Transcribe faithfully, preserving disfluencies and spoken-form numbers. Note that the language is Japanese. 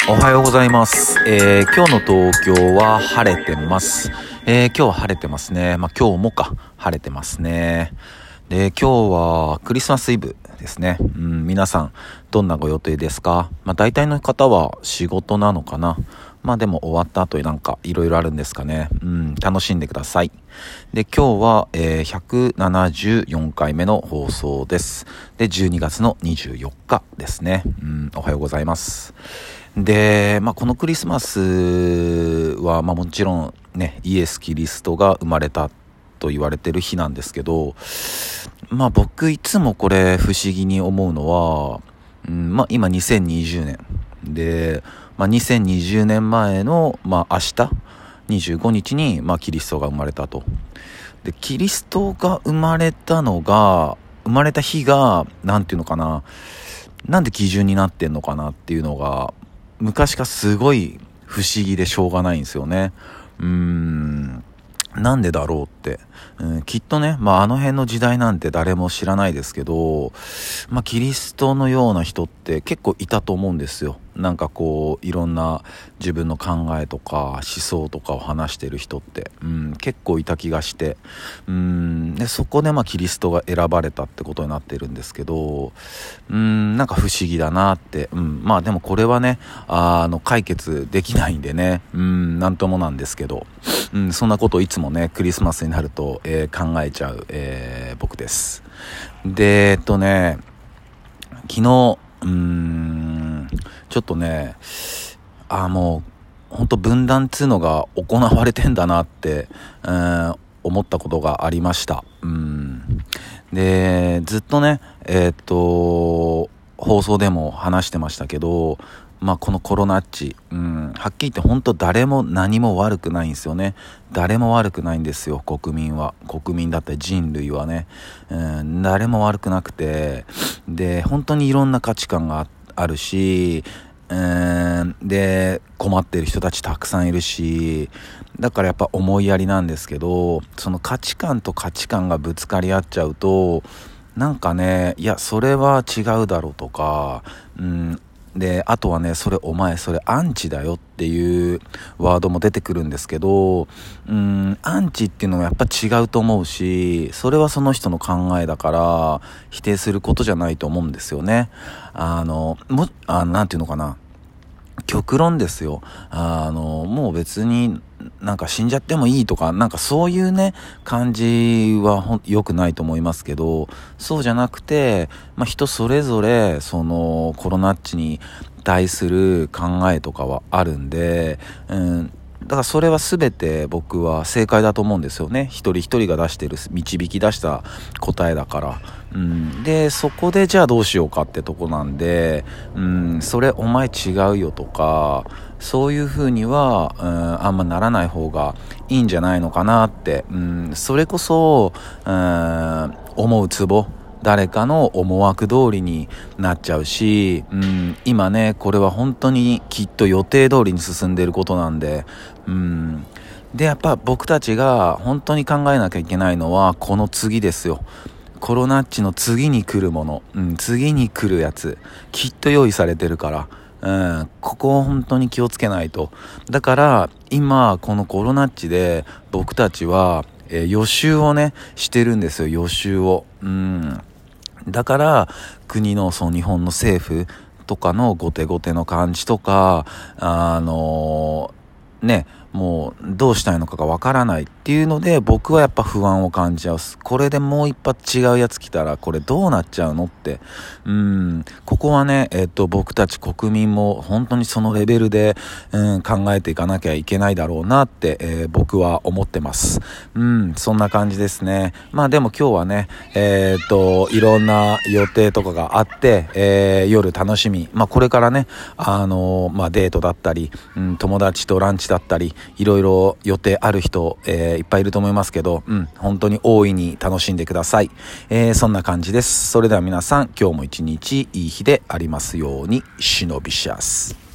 おはようございます、えー、今日の東京は晴れてます、えー、今日は晴れてますね。まあ今日もか晴れてますね。で今日はクリスマスイブですね。うん、皆さんどんなご予定ですか？まあ大体の方は仕事なのかな。まあでも終わった後になんかいろいろあるんですかね。うん、楽しんでください。で今日は、えー、ひゃくななじゅうよんかいめの放送です。でじゅうにがつのにじゅうよっかですね。うん、おはようございます。で、まあ、このクリスマスは、まあ、もちろんねイエス・キリストが生まれたと言われてる日なんですけど、まあ僕いつもこれ不思議に思うのは、うんまあ、今にせんにじゅうねんで、まあ、にせんにじゅうねんまえの、まあ、明日にじゅうごにちに、まあ、キリストが生まれたと。でキリストが生まれたのが生まれた日がなんていうのかな、なんで基準になってんのかなっていうのが昔からすごい不思議でしょうがないんですよね。うーんなんでだろうって、うん、きっとね、まああの辺の時代なんて誰も知らないですけど、まあキリストのような人って結構いたと思うんですよ。なんかこういろんな自分の考えとか思想とかを話してる人って、うん、結構いた気がして、うん、でそこでまあキリストが選ばれたってことになってるんですけど、うん、なんか不思議だなって、うん、まあでもこれはねあの解決できないんでね、うん、なんともなんですけど、うん、そんなことをいつもねクリスマスになると、えー、考えちゃう、えー、僕です。でえっとね昨日うーんちょっとねあもう本当分断っつうのが行われてんだなって、えー、思ったことがありました。うんでずっとねえー、っと放送でも話してましたけど、まあこのコロナっち、うん、はっきり言って本当誰も何も悪くないんですよね。誰も悪くないんですよ。国民は国民だったり人類はね、うん、誰も悪くなくて、で本当にいろんな価値観が あ, あるし、うんで困ってる人たちたくさんいるし、だからやっぱ思いやりなんですけど、その価値観と価値観がぶつかり合っちゃうとなんかね、いやそれは違うだろうとか、うんであとはねそれお前それアンチだよっていうワードも出てくるんですけど、うーんアンチっていうのはやっぱ違うと思うし、それはその人の考えだから否定することじゃないと思うんですよね。あのもあなんていうのかな、極論ですよ。あのもう別になんか死んじゃってもいいとかなんかそういうね感じはほん良くないと思いますけど、そうじゃなくて、まあ、人それぞれそのコロナっちに対する考えとかはあるんで、うんだからそれは全て僕は正解だと思うんですよね。一人一人が出してる導き出した答えだから、うん、でそこでじゃあどうしようかってとこなんで、うん、それお前違うよとかそういう風には、うん、あんまならない方がいいんじゃないのかなって、うん、それこそ、うん、思うツボ誰かの思惑通りになっちゃうし、うん、今ねこれは本当にきっと予定通りに進んでいることなんで、うん、でやっぱ僕たちが本当に考えなきゃいけないのはこの次ですよ。コロナっちの次に来るもの、うん、次に来るやつきっと用意されてるから、うん、ここを本当に気をつけないと。だから今このコロナっちで僕たちは、えー、予習をねしてるんですよ。予習を、うんだから国のその日本の政府とかの後手後手の感じとかあのー、ねもうどうしたいのかがわからないっていうので僕はやっぱ不安を感じちゃう。これでもう一発違うやつ来たらこれどうなっちゃうのって、うんここはねえっと僕たち国民も本当にそのレベルで、うん、考えていかなきゃいけないだろうなって、えー、僕は思ってます。うんそんな感じですね。まあでも今日はねえー、っといろんな予定とかがあって、えー、夜楽しみ、まあこれからねあのー、まあデートだったり、うん、友達とランチだったりいろいろ予定ある人、えー、いっぱいいると思いますけど、うん、本当に大いに楽しんでください。えー、そんな感じです。それでは皆さん、今日も一日いい日でありますように。シノビシャス。